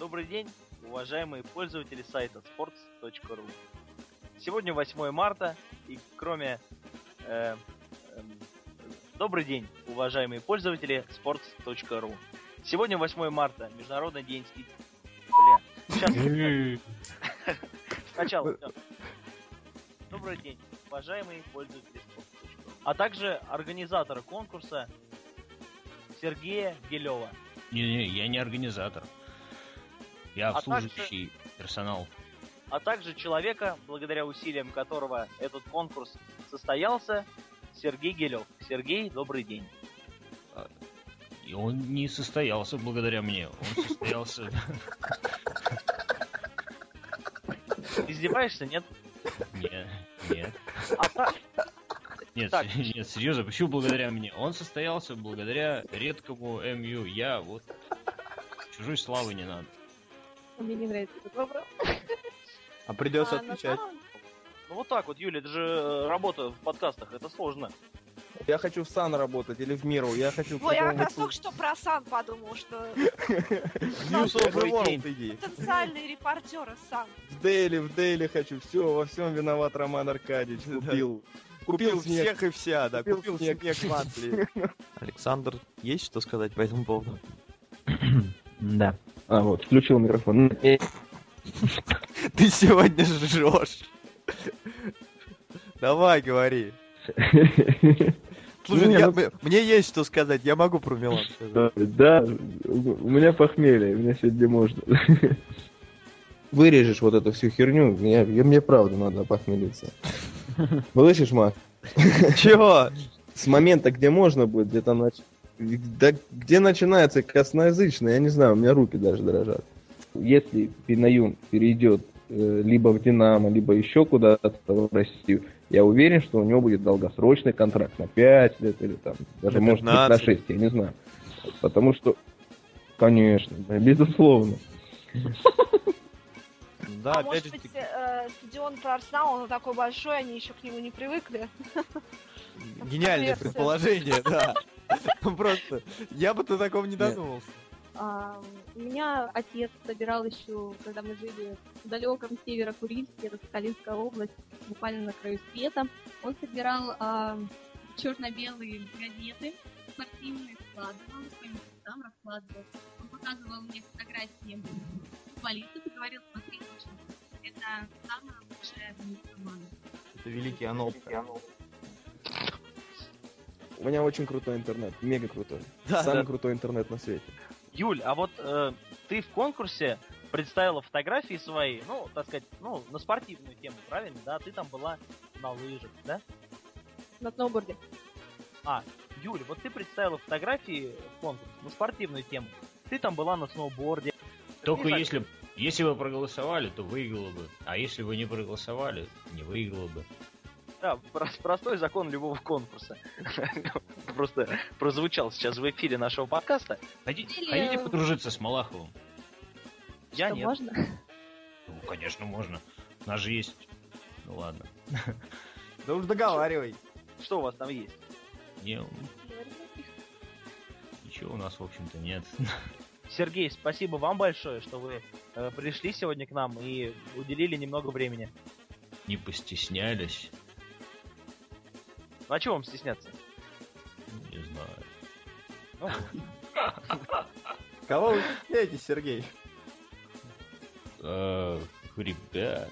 Добрый день, уважаемые пользователи сайта sports.ru. Сегодня 8 марта, и кроме... Добрый день, уважаемые пользователи sports.ru. Сегодня 8 марта, Международный день Сначала. Добрый день, уважаемые пользователи sports.ru. А также организатора конкурса Сергея Гелева. Не, я не организатор. Я обслуживающий персонал. А также человека, благодаря усилиям которого этот конкурс состоялся, Сергей Гелев. Сергей, добрый день. И он не состоялся благодаря мне. Он состоялся... Издеваешься, нет? Нет. Нет, серьезно, почему благодаря мне? Он состоялся благодаря редкому МЮ. Я вот... Чужой славы не надо. Мне не нравится этот вопрос. А придется отвечать. Ну вот так вот, Юля, это же работа в подкастах, это сложно. Я хочу в САН работать или в МИРу. Я хочу... Ой, я как раз только что про САН подумал, что... News of the World иди. Потенциальные репортеры САН. В Дейли хочу. Все, во всем виноват Роман Аркадьевич. Купил всех и вся, да. Купил снег Матли. Александр, есть что сказать по этому поводу? Да. А, вот, включил микрофон. Ты сегодня жжешь. Давай, говори. Слушай, мне есть что сказать, я могу про Милан сказать. Да, у меня похмелье, у меня сегодня можно. Вырежешь вот эту всю херню, мне правда надо похмелиться. Слышишь, Мак? Чего? С момента, где можно будет, где начинается косноязычное, я не знаю, у меня руки даже дрожат. Если Пинаюн перейдет либо в Динамо, либо еще куда-то в Россию, я уверен, что у него будет долгосрочный контракт на 5 лет или там, даже может быть на 6, я не знаю. Потому что, конечно, безусловно. Да, а может быть, стадион про Арсенал, он такой большой, они еще к нему не привыкли. Гениальное предположение, да. Просто, я бы до такого не додумался. У меня отец собирал еще, когда мы жили в далеком Северо-Курильске, это Сахалинская область, буквально на краю света. Он собирал черно-белые газеты спортивные, складывал, по местам раскладывал. Он показывал мне фотографии футболистов и говорил: смотри, это самая лучшая в мире команда. Это великий Анопка. У меня очень крутой интернет, мега крутой. Самый крутой интернет на свете. Юль, а вот ты в конкурсе представила фотографии свои, ну, так сказать, на спортивную тему, правильно? Да, ты там была на лыжах, да? На сноуборде. Юль, вот ты представила фотографии в конкурсе на спортивную тему. Ты там была на сноуборде. Только если вы проголосовали, то выиграла бы. А если вы не проголосовали, не выиграла бы. Да, простой закон любого конкурса. Просто прозвучал сейчас в эфире нашего подкаста. Хотите подружиться с Малаховым? Я что, нет. Можно? Ну, конечно, можно. У нас же есть... Ну, ладно. Да уж договаривай. Что у вас там есть? Ничего у нас, в общем-то, нет. Сергей, спасибо вам большое, что вы пришли сегодня к нам и уделили немного времени. Не постеснялись. Ну а чего вам стесняться? Не знаю. Кого вы стесняетесь, Сергей? Ребят.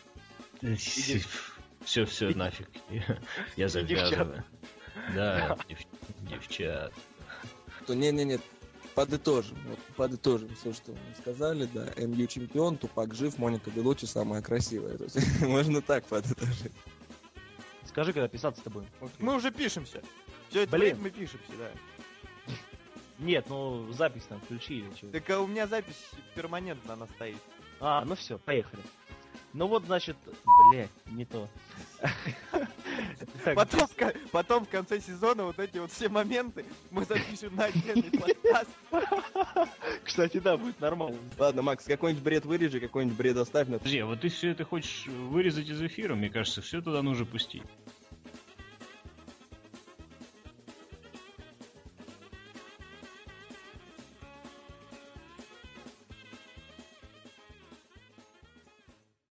Все, нафиг. Я завязываю. Да, девчат. Не, подытожим все, что мы сказали, да. МЮ чемпион, Тупак жив, Моника Белуччи самая красивая. То есть, можно так подытожить. Скажи, когда писаться с тобой. Мы уже пишемся. Все это время мы пишемся, да. Нет, запись там включи или что. Так у меня запись перманентно она стоит. Ну все, поехали. Ну вот, значит, не то. Потом в конце сезона вот эти вот все моменты мы запишем на отдельный подкаст. Кстати, да, будет нормально. Ладно, Макс, какой-нибудь бред вырежи, какой-нибудь бред оставь. Подожди, а вот ты все это хочешь вырезать из эфира, мне кажется, все туда нужно пустить.